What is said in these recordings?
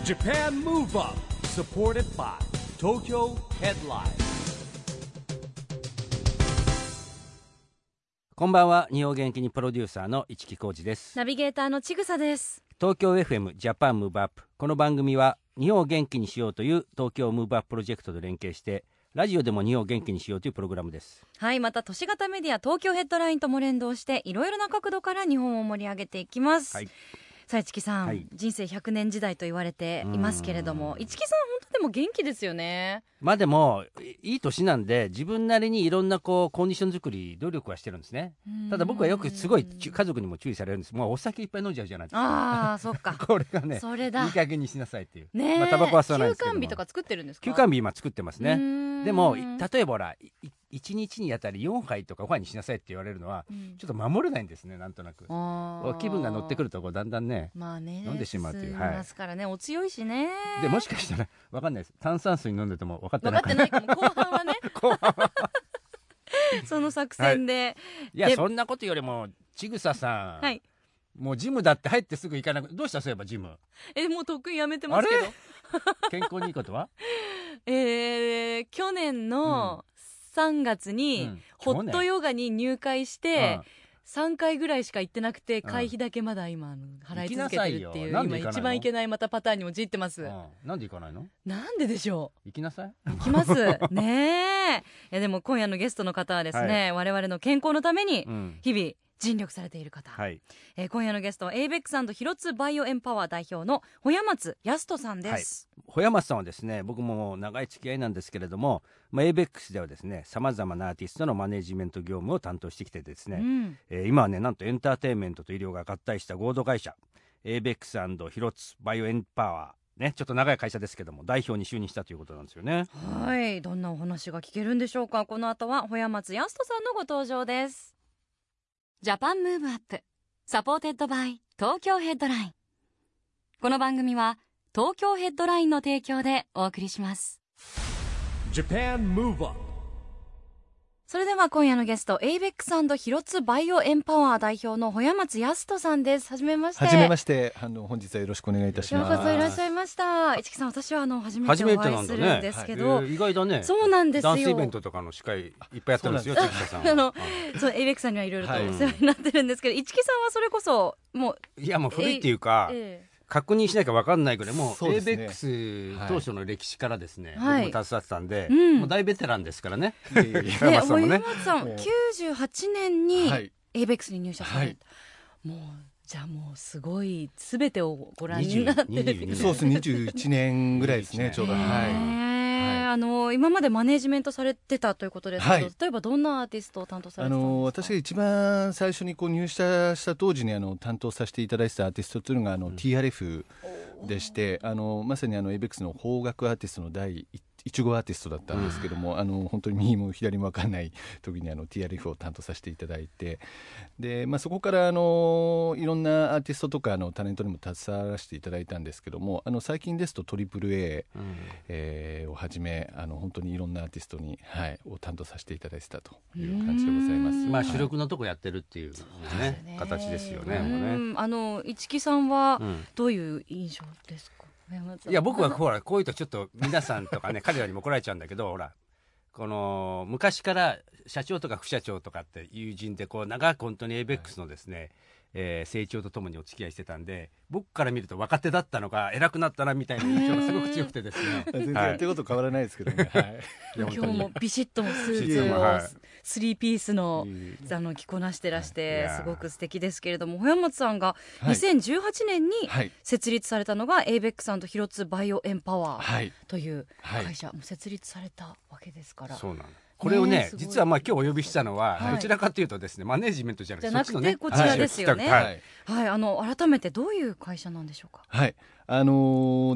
Japan Move Up supported by Tokyo Headline。 こんばんは。日本元気にプロデューサーの市木浩司です。 ナビゲーターのちぐさです。 東京 FM ジャパンムーブアップ。この番組は日本を元気にしようという東京ムーブアッププロジェクトと連携してラジオでも日本を元気にしようというプログラムです。 はい、また都市型メディア東京ヘッドラインとも連動していろいろな角度から日本を盛り上げていきます。 はい、 さあ市木さん、人生100年時代と言われていますけれども、市木さん本当でも元気ですよね。 まあでもいい年なんで自分なりにいろんなコンディション作り努力はしてるんですね。ただ僕はよくすごい家族にも注意されるんです。もうお酒いっぱい飲んじゃうじゃないですか。 ああそっかこれがね、 それだ、 いい加減にしなさいっていうね。 まあタバコは吸わないんですけども、 休館日とか作ってるんですか？ 休館日今作ってますね。でも例えばほら1日にあたり4杯とか5杯にしなさいって言われるのは、ちょっと守れないんですね。なんとなく気分が乗ってくるとだんだんね、 まあね、 飲んでしまうという、 ますからね、お強いしね。 でもしかしたら分かんないです。炭酸水飲んでても分かってないかも後半はね後半はその作戦で、 いやそんなことよりもちぐささん、 はい、もうジムだって入ってすぐ行かなく、どうした？そういえばジムもう得意やめてますけど健康にいいことは去年の3月にホットヨガに入会して、3回ぐらいしか行ってなくて、会費だけまだ今払い続けてるっていう、今一番いけないまたパターンに陥ってます。 なんで行かないの？ なんででしょう。 行きなさい。 行きますね。いやでも今夜のゲストの方はですね、我々の健康のために日々尽力されている方、今夜のゲストは ABEX& 広津バイオエンパワー代表の保山松康人さんです。 保山さんはですね、僕も長い付き合いなんですけれども、ABEX ではですね、さまざまなアーティストのマネジメント業務を担当してきてですね、今はね、なんとエンターテインメントと医療が合体した合同会社 ABEX& 広津バイオエンパワーね、ちょっと長い会社ですけども代表に就任したということなんですよね。 はい、どんなお話が聞けるんでしょうか。この後は保山松康人さんのご登場です。ジャパンムーブアップサポーテッドバイ東京ヘッドライン。この番組は東京ヘッドラインの提供でお送りします。 Japan Move Up。 それでは今夜のゲスト ABEX& 広津バイオエンパワー代表の保山松康人さんです。はじめまして。 はじめまして。本日はよろしくお願いいたします。 ようこそいらっしゃいました。市木さん、私は初めてお会いするんですけど、 意外だね。 そうなんですよ。 ダンスイベントとかの司会いっぱいやってるんですよ、市木さん。 ABEX にはいろいろとお世話になってるんですけど、市木さんはそれこそもういやもう古いっていうか、確認しなきゃ分かんないぐらい、もう ABEX 当初の歴史からですね、僕も携わってたんで、もう大ベテランですからね。 保山さん98年に ABEX に入社された、もうじゃあもうすごい全てをご覧になってる。 そうですね、21年ぐらいですね、ちょうど。 今までマネジメントされてたということですけど、例えばどんなアーティストを担当されてたんですか？ 私が一番最初に入社した当時に担当させていただいてたアーティストというのがTRF でして、まさにABEX の邦楽アーティストの第1号アーティストだったんですけども、本当に右も左も分かんない時にTRF を担当させていただいて、で、そこからいろんなアーティストとかタレントにも携わらせていただいたんですけども、最近ですと AAA、をはじめ本当にいろんなアーティストに、を担当させていただいてたという感じでございます。 主力のとこやってるっていう、形ですよね。 市木さんはどういう印象ですか？ いや僕はほらこういうとちょっと皆さんとかね彼らにも怒られちゃうんだけど、ほらこの昔から社長とか副社長とかって友人で長く本当に ABEX のですね、成長とともにお付き合いしてたんで、僕から見ると若手だったのが偉くなったなみたいな印象がすごく強くてですね。 全然やってること変わらないですけどね。 今日もビシッともスーツを3ピースの着こなしてらしてすごく素敵ですけれども、保山松さんが2018年に設立されたのが ABEX& 広津バイオエンパワーという会社も設立されたわけですから。 そうなんだ。これをね、実は今日お呼びしたのはどちらかというとですね、マネジメントじゃなくてこちらですよね。改めてどういう会社なんでしょうか？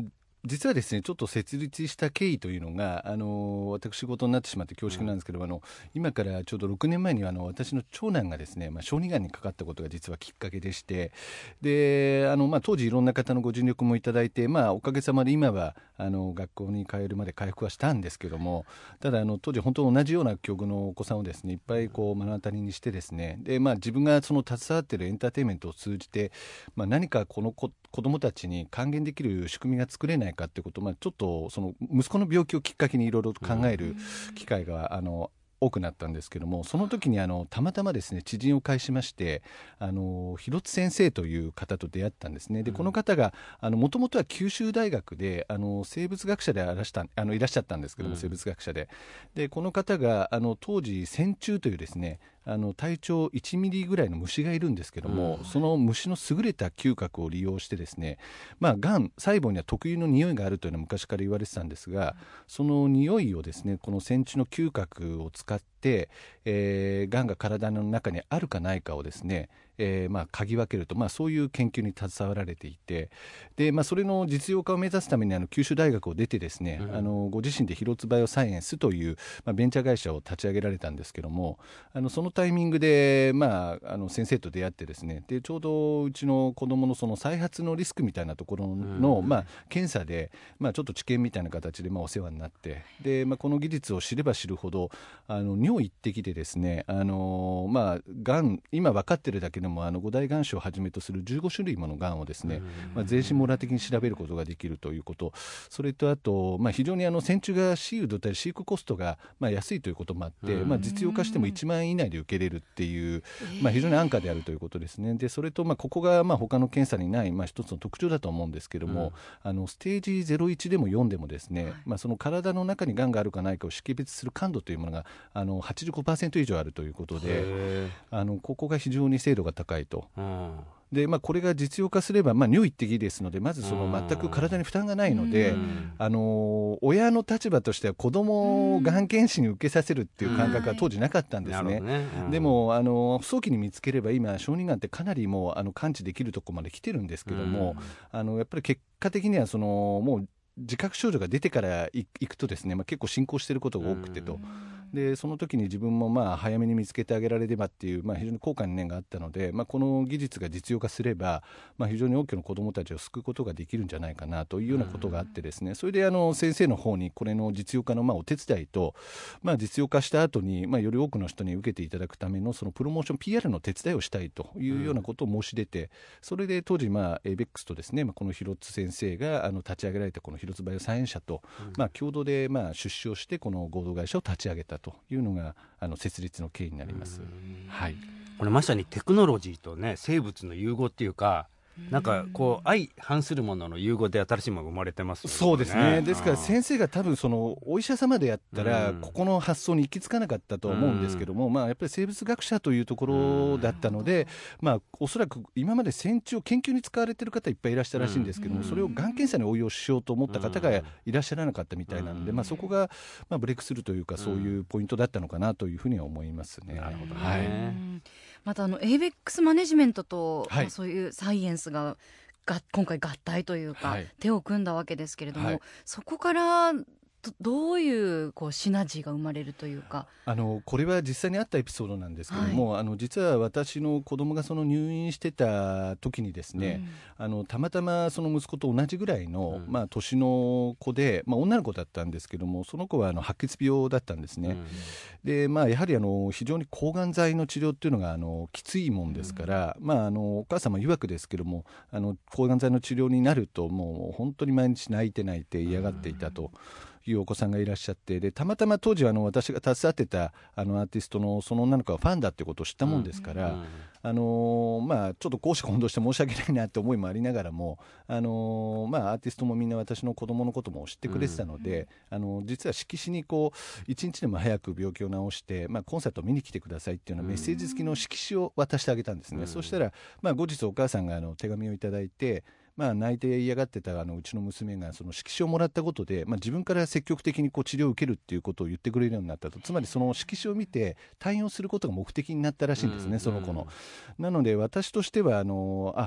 実はですね、ちょっと設立した経緯というのが、私事になってしまって恐縮なんですけど、今からちょうど6年前に私の長男がですね、小児がんにかかったことが実はきっかけでして、で当時いろんな方のご尽力もいただいて、おかげさまで今は学校に通えるまで回復はしたんですけども、ただ当時本当同じような境遇のお子さんをですねいっぱいこう目の当たりにしてですね、で、自分がその携わっているエンターテインメントを通じて、何かこの子どもたちに還元できる仕組みが作れないかってことを、ちょっとその息子の病気をきっかけにいろいろ考える機会が多くなったんですけども、その時にたまたまですね知人を介しまして、広津先生という方と出会ったんですね。でこの方がもともとは九州大学で生物学者でいらっしゃったんですけども、生物学者でこの方が当時線虫というですね体長1ミリぐらいの虫がいるんですけども、その虫の優れた嗅覚を利用してですね、がん細胞には特有の匂いがあるというのは昔から言われてたんですが、その匂いをですねこの線虫の嗅覚を使って、がんが体の中にあるかないかをですね嗅ぎ分けると、そういう研究に携わられていて、で、それの実用化を目指すために九州大学を出てですね、ご自身で広津バイオサイエンスという、ベンチャー会社を立ち上げられたんですけども、そのタイミングで、先生と出会ってですね、でちょうどうちの子どものその再発のリスクみたいなところの、検査で、ちょっと治験みたいな形で、お世話になって、で、この技術を知れば知るほど尿一滴でですねがん今分かってるだけでも五大がん種をはじめとする15種類ものがんをですね、全身網羅的に調べることができるということ、それとあと、非常に線虫が飼育と飼育コストが安いということもあって、実用化しても1万円以内で受けれるっていう、非常に安価であるということですね。でそれとここが他の検査にない、一つの特徴だと思うんですけども、ステージ01でも4でもですね、その体の中にがんがあるかないかを識別する感度というものが85% 以上あるということで、ここが非常に精度が高いと。でこれが実用化すれば、尿一滴ですので、まずその全く体に負担がないので、親の立場としては子供をがん検診に受けさせるっていう感覚は当時なかったんですね。でも早期に見つければ今小児がんってかなりもう完治できるところまで来てるんですけども、やっぱり結果的にはもう自覚症状が出てから行くとですね、結構進行していることが多くてと。でその時に自分も早めに見つけてあげられればっていう、非常に高価な念があったので、この技術が実用化すれば、非常に多くの子どもたちを救うことができるんじゃないかなというようなことがあってですね、それで先生の方にこれの実用化のお手伝いと、実用化した後により多くの人に受けていただくためのそのプロモーション PR の手伝いをしたいというようなことを申し出て、それで当時ABEX とですね、この広津先生が立ち上げられたこの広津バイオサイエンス社と共同で出資をしてこの合同会社を立ち上げたというのが設立の経緯になります。 これまさにテクノロジーとね生物の融合っていうか、なんかこう相反するものの融合で新しいものが生まれてますよね。 そうですね。ですから先生が多分お医者様でやったらここの発想に行き着かなかったと思うんですけども、やっぱり生物学者というところだったので、おそらく今まで線虫を研究に使われている方いっぱいいらっしゃるらしいんですけども、それをがん検査に応用しようと思った方がいらっしゃらなかったみたいなので、そこがブレイクスルーというかそういうポイントだったのかなというふうには思いますね。 なるほどね。 またABEX マネジメントと、そういうサイエンスが今回合体というか、手を組んだわけですけれども、そこからどういうシナジーが生まれるというか。 これは実際にあったエピソードなんですけども、実は私の子供が入院してた時にですね、たまたまその息子と同じぐらいの、年の子で、女の子だったんですけども、その子は白血病だったんですね。でやはり非常に抗がん剤の治療っていうのがきついもんですから、お母様曰くですけども抗がん剤の治療になるともう本当に毎日泣いて嫌がっていたというお子さんがいらっしゃって、でたまたま当時私が携わってたアーティストのその女の子がファンだってことを知ったもんですから、ちょっと公私混同して申し訳ないなって思いもありながらもアーティストもみんな私の子供のことも知ってくれてたので、実は色紙に一日でも早く病気を治して、コンサートを見に来てくださいっていうようなメッセージ付きの色紙を渡してあげたんですね。そしたら、後日お母さんが手紙をいただいて、泣いて嫌がってたうちの娘がその色紙をもらったことで、自分から積極的に治療を受けるっていうことを言ってくれるようになったと。つまりその色紙を見て対応することが目的になったらしいんですね、その子の。なので私としては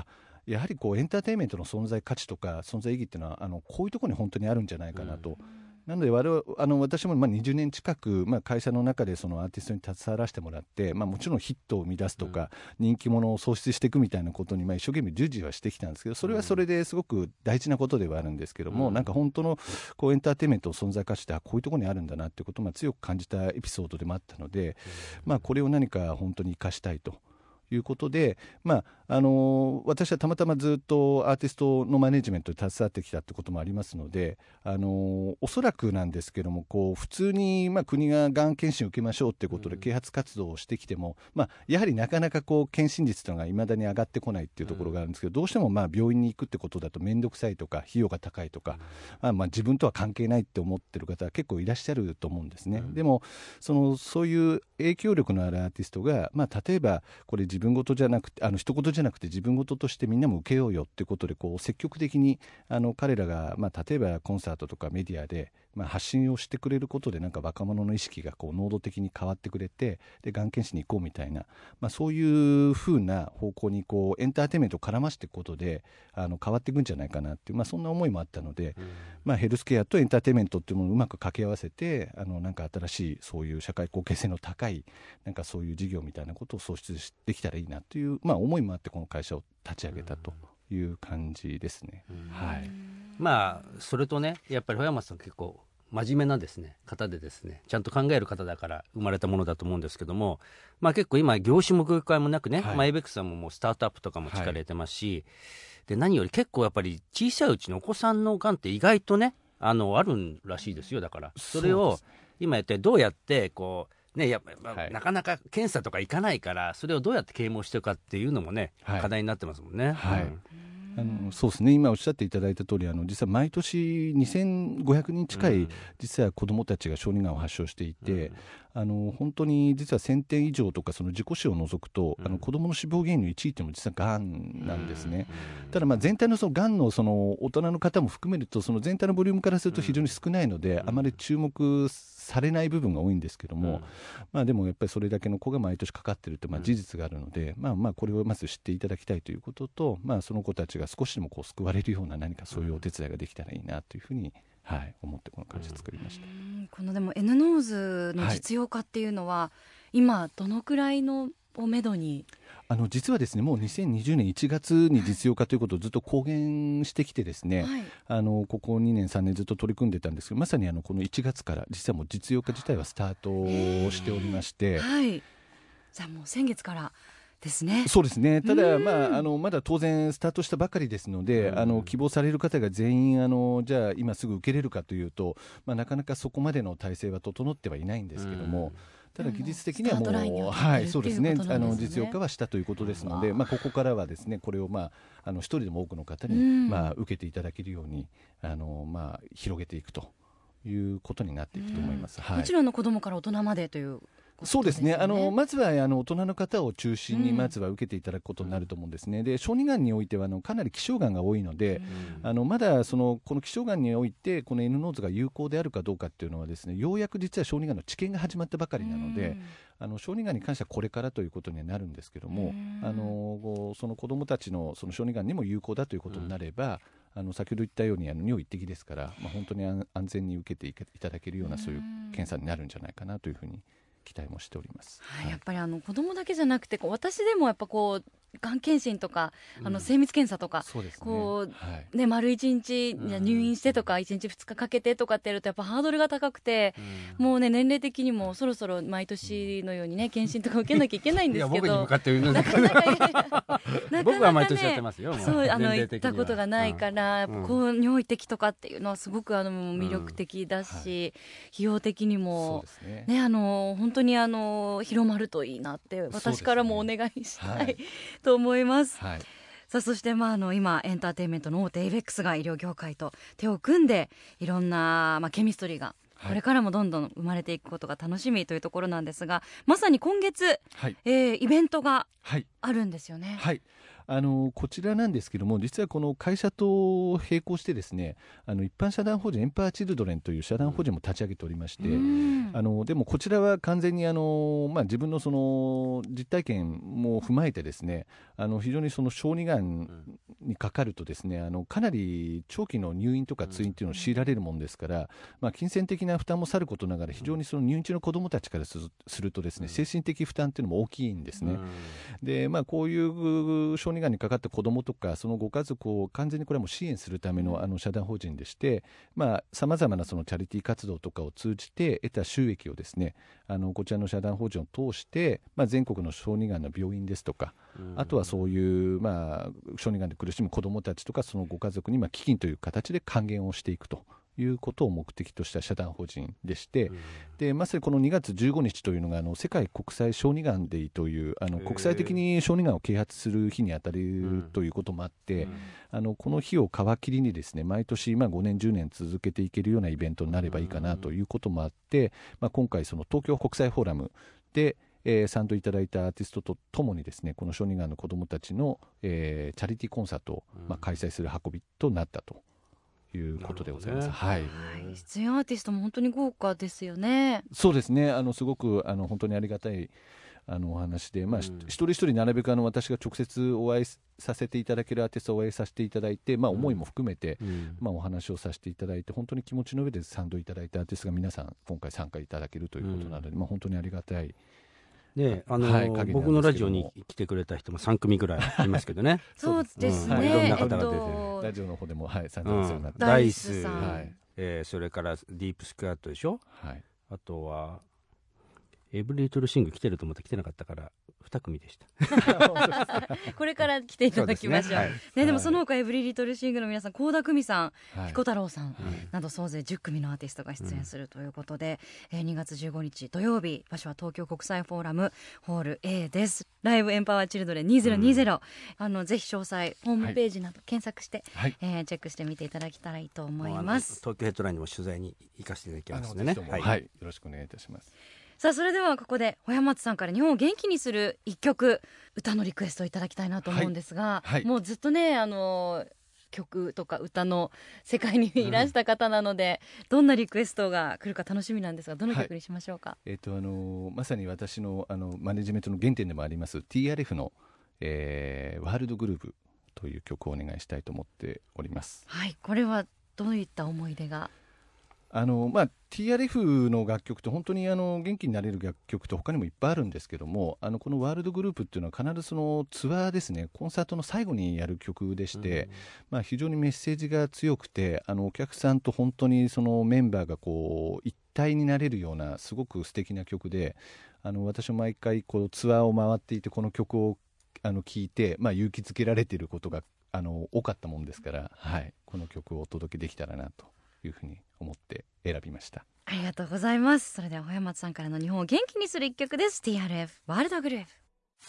やはりこうエンターテインメントの存在価値とか存在意義っていうのはこういうところに本当にあるんじゃないかなと。なので私も20年近く、会社の中でそのアーティストに携わらせてもらって、もちろんヒットを生み出すとか、人気者を創出していくみたいなことに一生懸命従事はしてきたんですけど、それはそれですごく大事なことではあるんですけども、なんか本当のこうエンターテインメントの存在価値ってこういうところにあるんだなっていうことを強く感じたエピソードでもあったので、これを何か本当に生かしたいということで、私はたまたまずっとアーティストのマネジメントに携わってきたってこともありますので、おそらくなんですけども、こう普通に国ががん検診を受けましょうってことで啓発活動をしてきても、やはりなかなかこう検診率というのがいまだに上がってこないっていうところがあるんですけど、どうしても病院に行くってことだと面倒くさいとか費用が高いとか、自分とは関係ないって思ってる方は結構いらっしゃると思うんですね。でもそういう影響力のあるアーティストが、例えばこれ自分事じゃなくて一言じゃなくて自分事としてみんなも受けようよっていうことでこう積極的に彼らが、例えばコンサートとかメディアで、発信をしてくれることでなんか若者の意識がこう能動的に変わってくれて、でがん検診に行こうみたいな、そういう風な方向にこうエンターテインメントを絡ましていくことで変わっていくんじゃないかなっていう、そんな思いもあったので、ヘルスケアとエンターテインメントっていうものをうまく掛け合わせてなんか新しいそういう社会貢献性の高いなんかそういう事業みたいなことを創出できたらいいなという、思いもあってこの会社を立ち上げたという感じですね。 それとね、やっぱり小山さん結構真面目なですね方でですね、ちゃんと考える方だから生まれたものだと思うんですけども、結構今業種も業界もなくね、エイベックスさんももうスタートアップとかも力入れてますし、で何より結構やっぱり小さいうちのお子さんのがんって意外とねあるらしいですよ。だからそれを今やってどうやってこうね、なかなか検査とかいかないから、それをどうやって啓蒙していくかっていうのもね、課題になってますもんね。 そうですね、今おっしゃっていただいた通り実は毎年2500人近い実は子どもたちが小児がんを発症していて、本当に実は1000点以上とかその自己死を除くと、子どもの死亡原因の1位というのも実はがんなんですね。ただ全体のそのがんのその大人の方も含めるとその全体のボリュームからすると非常に少ないので、あまり注目されない部分が多いんですけども、でもやっぱりそれだけの子が毎年かかっているという事実があるので、これをまず知っていただきたいということと、その子たちが少しでもこう救われるような何かそういうお手伝いができたらいいなというふうに、思ってこの会社を作りました。 このでも N ノーズの実用化っていうのは、今どのくらいのをめどに？ 実はですね、もう2020年1月に実用化ということをずっと公言してきてですね、ここ2年3年ずっと取り組んでたんですけど、まさにこの1月から実はもう実用化自体はスタートをしておりまして、 じゃあもう先月からですね。 そうですね。ただ、まだ当然スタートしたばかりですので、希望される方が全員じゃあ今すぐ受けれるかというと、なかなかそこまでの体制は整ってはいないんですけども、ただ技術的にはもう、そうですね、実用化はしたということですので、ここからはですね、これを一人でも多くの方に、受けていただけるように広げていくということになっていくと思います。 もちろん子どもから大人までという。 そうですね、まずは大人の方を中心にまずは受けていただくことになると思うんですね。で小児がんにおいてはかなり希少がんが多いので、まだこの希少がんにおいてこの N ノーズが有効であるかどうかっていうのはですね、ようやく実は小児がんの治験が始まったばかりなので、小児がんに関してはこれからということにはなるんですけども、その子どもたちのその小児がんにも有効だということになれば、先ほど言ったように尿一滴ですから、本当に安全に受けていただけるようなそういう検査になるんじゃないかなというふうに期待もしております。 やっぱり子どもだけじゃなくて私でもやっぱがん検診とか精密検査とか、丸1日入院してとか1日2日かけてとかってやるとやっぱハードルが高くて、もうね年齢的にもそろそろ毎年のようにね検診とか受けなきゃいけないんですけど、 僕に向かって言うんだけど僕は毎年やってますよ。 行ったことがないから、尿一滴とかっていうのはすごく魅力的だし、費用的にもね本当に広まるといいなって私からもお願いしたいと思います。さあそして今エンターテインメントの大手エイベックスが医療業界と手を組んでいろんなケミストリーがこれからもどんどん生まれていくことが楽しみというところなんですが、まさに今月、イベントがあるんですよね。 はい、こちらなんですけども、実はこの会社と並行してですね、一般社団法人エンパワーチルドレンという社団法人も立ち上げておりまして、でもこちらは完全に自分のその実体験も踏まえてですね、非常にその小児がんにかかるとですね、かなり長期の入院とか通院というのを強いられるもんですから、金銭的な負担もさることながら、非常にその入院中の子どもたちからするとですね、精神的負担というのも大きいんですね。で、こういう小児がんにかかった子どもとかそのご家族を完全にこれはもう支援するための社団法人でして、さまざまなそのチャリティー活動とかを通じて得た収益をですね、こちらの社団法人を通して、全国の小児がんの病院ですとか、あとはそういう、小児がんで苦しむ子どもたちとかそのご家族に基金という形で還元をしていくということを目的とした社団法人でして、でまさにこの2月15日というのが世界国際小児がんデーという国際的に小児がんを啓発する日にあたるということもあって、この日を皮切りにですね、毎年5年10年続けていけるようなイベントになればいいかなということもあって、今回その東京国際フォーラムで賛同いただいたアーティストとともにですね、この小児がんの子どもたちの、チャリティーコンサートを、開催する運びとなったということでございます。はい、 出演アーティストも本当に豪華ですよね。 そうですね、すごく本当にありがたいお話で、一人一人なるべく私が直接お会いさせていただけるアーティストをお会いさせていただいて、思いも含めて、お話をさせていただいて、本当に気持ちの上で賛同いただいたアーティストが皆さん今回参加いただけるということなので、本当にありがたい。 ね、僕のラジオに来てくれた人も3組ぐらいいますけどねそうですね、 いろんな方が出て、 ラジオの方でも、参加するようになって、 ダイスさん、それからディープスクワットでしょ、あとはエブリリトルシング来てると思って来てなかったから2組でしたこれから来ていただきましょう。でもその他エブリリトルシングの皆さん、倖田來未さん、彦太郎さんなど総勢10組のアーティストが出演するということで、2月15日土曜日、場所は東京国際フォーラムホール A です。ライブエンパワーチルドレン2020、ぜひ詳細ホームページなど検索して、チェックしてみていただけたらいいと思います。 東京ヘッドラインにも取材に行かせていただきますのでね、 よろしくお願いいたします。 さあ、それではここで小山松さんから日本を元気にする一曲、歌のリクエストをいただきたいなと思うんですが、もうずっとね、曲とか歌の世界にいらした方なので、どんなリクエストが来るか楽しみなんですが、どの曲にしましょうか。 まさに私のマネジメントの原点でもあります TRF の、ワールドグループという曲をお願いしたいと思っております。 これはどういった思い出が。 TRF の楽曲って本当に元気になれる楽曲って他にもいっぱいあるんですけども、このワールドグループっていうのは必ずそのツアーですね、コンサートの最後にやる曲でして、非常にメッセージが強くて、お客さんと本当にそのメンバーがこう一体になれるようなすごく素敵な曲で、私も毎回こうツアーを回っていてこの曲を聴いて、勇気づけられていることが多かったもんですから、この曲をお届けできたらなというふうに思って選びました。 ありがとうございます。それでは小山さんからの日本を元気にする一曲です。 TRF ワールドグループ。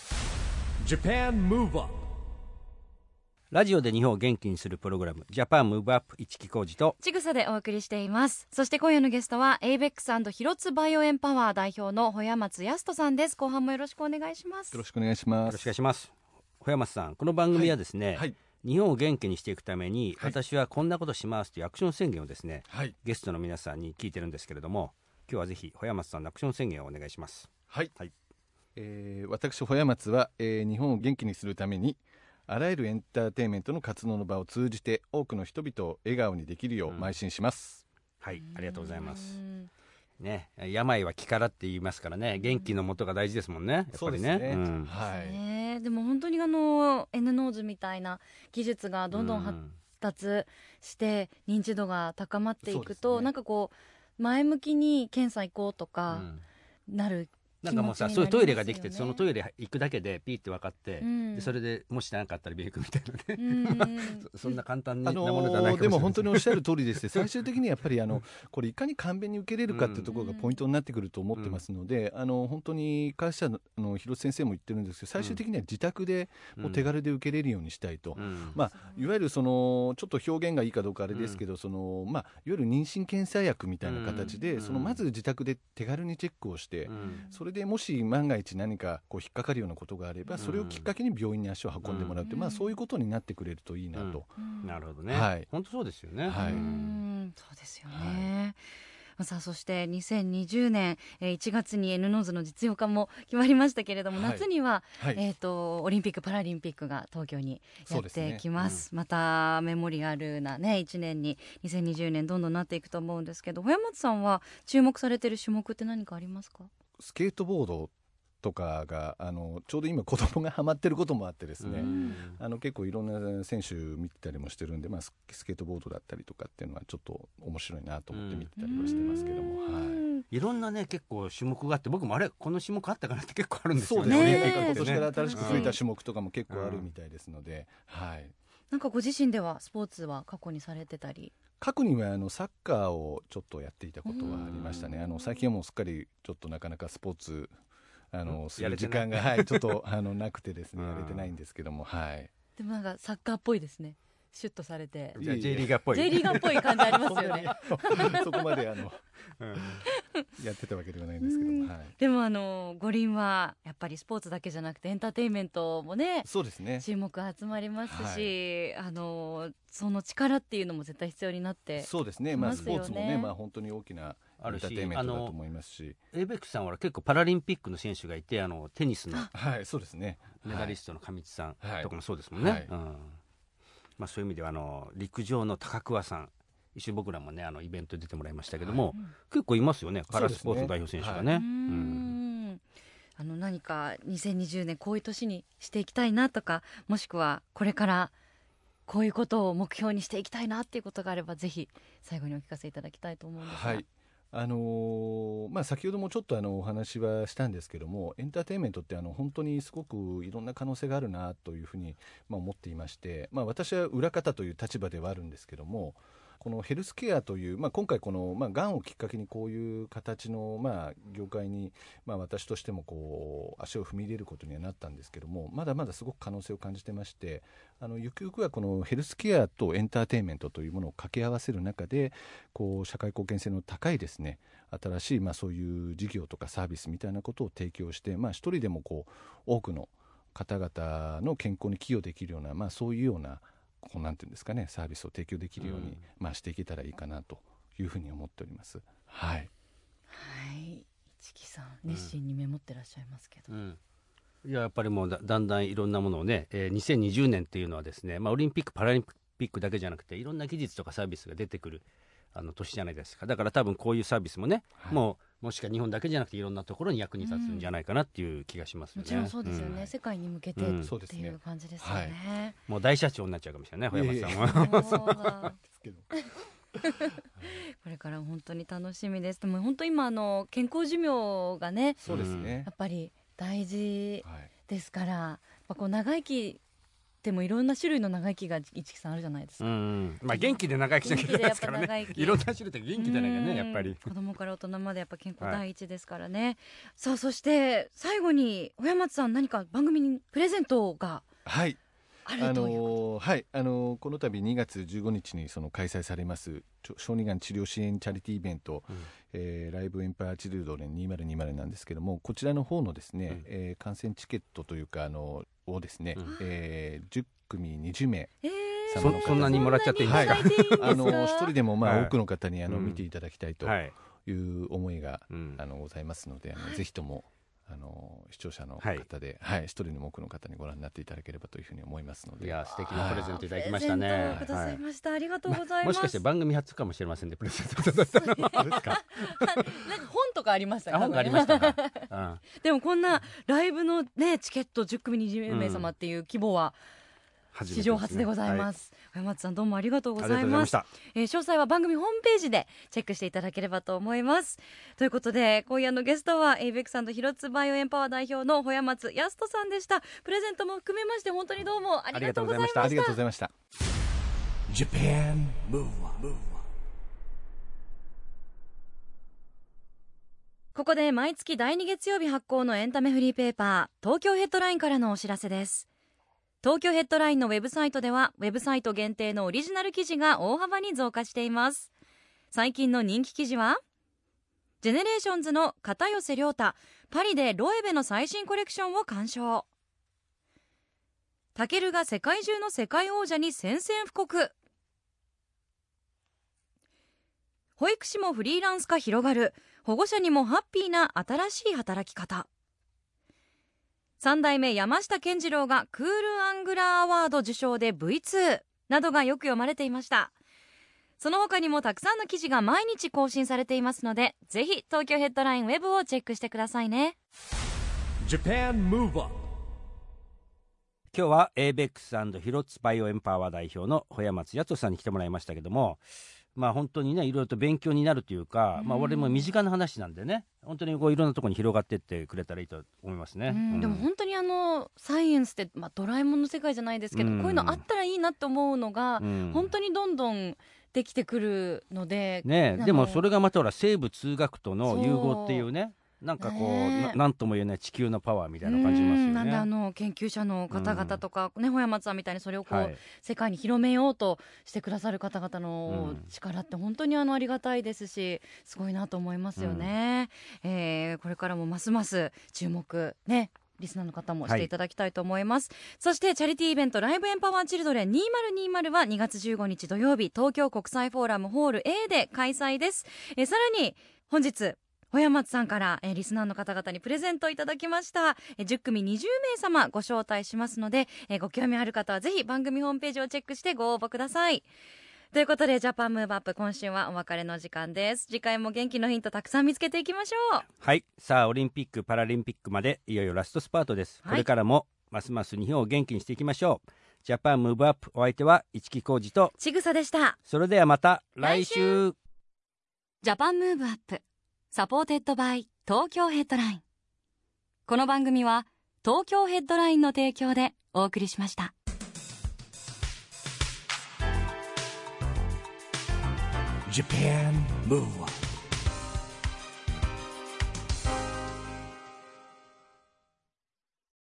Japan Move Up。 ラジオで日本を元気にするプログラム、ジャパンムーブアップ、市木浩二とちぐさでお送りしています。そして今夜のゲストは ABEX& 広津バイオエンパワー代表の保山松康人さんです。後半もよろしくお願いします。 よろしくお願いします。 よろしくお願いします。保山さん、この番組はですね、日本を元気にしていくために、私はこんなことしますというアクション宣言をですね、ゲストの皆さんに聞いてるんですけれども、今日はぜひ保山さんのアクション宣言をお願いします。 私保山松は、日本を元気にするためにあらゆるエンターテインメントの活動の場を通じて多くの人々を笑顔にできるよう邁進します。 ありがとうございますね。病は気からって言いますからね、元気のもとが大事ですもんね、やっぱりね。 でも本当にN ノーズみたいな技術がどんどん発達して認知度が高まっていくと、なんかこう前向きに検査行こうとかなるなんかもうさ、そういうトイレができて、そのトイレ行くだけでピーって分かって、でそれでもしなかったら病院行くみたいなね、そんな簡単なものじゃないかもしれない。 でも本当におっしゃる通りでして、最終的にやっぱりこれいかに簡便に受けれるかっていうところがポイントになってくると思ってますので、本当に会社の広瀬先生も言ってるんですけど、最終的には自宅でもう手軽で受けれるようにしたいと、いわゆるそのちょっと表現がいいかどうかあれですけど、そのいわゆる妊娠検査薬みたいな形で、そのまず自宅で手軽にチェックをして、それでもし万が一何かこう引っかかるようなことがあれば、それをきっかけに病院に足を運んでもらうという、そういうことになってくれるといいなと。 なるほどね、 はい、 本当そうですよね。 はい、 そうですよね。さあそして2020年1月に N ノーズの実用化も決まりましたけれども、夏には、オリンピック・パラリンピックが東京にやってきます。またメモリアルな、1年に2020年どんどんなっていくと思うんですけど、小山松さんは注目されている種目って何かありますか？ スケートボードとかがちょうど今子供がハマってることもあってですね、結構いろんな選手見てたりもしてるんで、スケートボードだったりとかっていうのはちょっと面白いなと思って見てたりはしてますけども、 いろんなね結構種目があって、僕もこの種目あったかなって結構あるんですよね。 そうですね、今年から新しく増えた種目とかも結構あるみたいですので、 なんかご自身ではスポーツは過去にされてたり？ 過去にはサッカーをちょっとやっていたことはありましたね。最近はもうすっかりちょっとなかなかスポーツする時間がちょっとなくてですね、やれてないんですけども、 でもなんかサッカーっぽいですね。シュッとされて、 じゃあ J リーガーっぽい J リーガーっぽい感じありますよね。 そこまでやってたわけではないんですけども、 でも五輪はやっぱりスポーツだけじゃなくてエンターテインメントもね、 そうですね、 注目集まりますし、その力っていうのも絶対必要になって、 そうですね、スポーツもね、本当に大きなエンターテインメントだと思いますし、 エイベックスさんは結構パラリンピックの選手がいて、テニスのそうですね、 メダリストの上地さんとかもそうですもんね。そういう意味では陸上の高桑さん、一緒に僕らもねイベントに出てもらいましたけども、結構いますよね、パラスポーツ代表選手がね。 何か2020年こういう年にしていきたいなとか、もしくはこれからこういうことを目標にしていきたいなっていうことがあれば、ぜひ最後にお聞かせいただきたいと思うんですが。 先ほどもちょっとお話はしたんですけども、エンターテインメントって本当にすごくいろんな可能性があるなというふうに思っていまして、私は裏方という立場ではあるんですけども、このヘルスケアという、今回この、がんをきっかけにこういう形の、業界に、私としてもこう足を踏み入れることにはなったんですけども、まだまだすごく可能性を感じてまして、ゆくゆくはこのヘルスケアとエンターテインメントというものを掛け合わせる中で、こう社会貢献性の高いですね、新しいそういう事業とかサービスみたいなことを提供して、一人でもこう多くの方々の健康に寄与できるような、そういうようななんていうんですかね、サービスを提供できるように、していけたらいいかなというふうに思っております。 市木さん熱心にメモってらっしゃいますけど、 やっぱりもうだんだんいろんなものをね、2020年っていうのはですね、オリンピックパラリンピックだけじゃなくていろんな技術とかサービスが出てくる年じゃないですか。だから多分こういうサービスもね、もしか日本だけじゃなくていろんなところに役に立つんじゃないかなっていう気がしますよね。 もちろんそうですよね、世界に向けてっていう感じですよね。 もう大社長になっちゃうかもしれない、小山さんは。 これから本当に楽しみです。でも本当今健康寿命がね、 そうですね、 やっぱり大事ですから、こう長生きでもいろんな種類の長生きが市木さんあるじゃないですか。 元気で長生きしなきゃいけないですからね。いろんな種類で元気じゃないかね、やっぱり子供から大人までやっぱ健康第一ですからね。さあそして最後に小山さん、何か番組にプレゼントがあるということ。 この度2月15日に開催されます小児がん治療支援チャリティーイベント、ライブエンパイアチルドレン2020なんですけども、こちらの方のですね、観戦チケットというかをですね、10組20名様の方、 そんなにもらっちゃっていいんですか？ 一人でも多くの方に見ていただきたいという思いがございますので、ぜひとも視聴者の方で、一人でも多くの方にご覧になっていただければというふうに思いますので。 いや、素敵なプレゼントいただきましたね。 プレゼントくださいました、ありがとうございます。 もしかして番組初かもしれませんね、プレゼントいただいたのは。ですか？ なんか本とかありましたか？ 本がありましたか？ でもこんなライブのねチケット10組20名様っていう規模は史上初でございます。小山さん、どうもありがとうございます。詳細は番組ホームページでチェックしていただければと思います。ということで今夜のゲストはエイベックさんと広津バイオエンパワー代表の小山康人さんでした。プレゼントも含めまして本当にどうもありがとうございました。 ありがとうございました。 Japan Move Up。 ここで毎月第2月曜日発行のエンタメフリーペーパー東京ヘッドラインからのお知らせです。東京ヘッドラインのウェブサイトではウェブサイト限定のオリジナル記事が大幅に増加しています。最近の人気記事はジェネレーションズの片寄涼太パリでロエベの最新コレクションを鑑賞。タケルが世界中の世界王者に宣戦布告。保育士もフリーランス化広がる、保護者にもハッピーな新しい働き方。三代目山下健二郎がクールアングラーアワード受賞で V2 などがよく読まれていました。その他にもたくさんの記事が毎日更新されていますので、ぜひ東京ヘッドラインウェブをチェックしてくださいね。 Japan Move Up。 今日は ABEX& ヒロッツバイオエンパワー代表の小山津康人さんに来てもらいましたけども、本当にねいろいろと勉強になるというか、俺も身近な話なんでね、本当にこういろんなところに広がっていってくれたらいいと思いますね。 でも本当にサイエンスって、ドラえもんの世界じゃないですけど、こういうのあったらいいなって思うのが、本当にどんどんできてくるので、 でもそれがまた生物数学との融合っていうね、なんかこう、なんとも言えない地球のパワーみたいな感じしますよね。 なんで研究者の方々とか、小山さんみたいにそれを世界に広めようとしてくださる方々の力って本当にありがたいですし、すごいなと思いますよね。これからもますます注目ね、リスナーの方もしていただきたいと思います。そしてチャリティーイベントライブエンパワーチルドレン2020は2月15日土曜日、東京国際フォーラムホール A で開催です。さらに本日小山津さんから、リスナーの方々にプレゼントいただきました。10組20名様ご招待しますので、ご興味ある方はぜひ番組ホームページをチェックしてご応募ください。ということでジャパンムーブアップ、今週はお別れの時間です。次回も元気のヒントたくさん見つけていきましょう。 はい、さあオリンピック・パラリンピックまでいよいよラストスパートです。これからもますます日本を元気にしていきましょう。ジャパンムーブアップ、お相手は市木浩二とちぐさでした。 それではまた来週。 ジャパンムーブアップサポーテッドバイ東京ヘッドライン。この番組は東京ヘッドラインの提供でお送りしました。 Japan Move Up。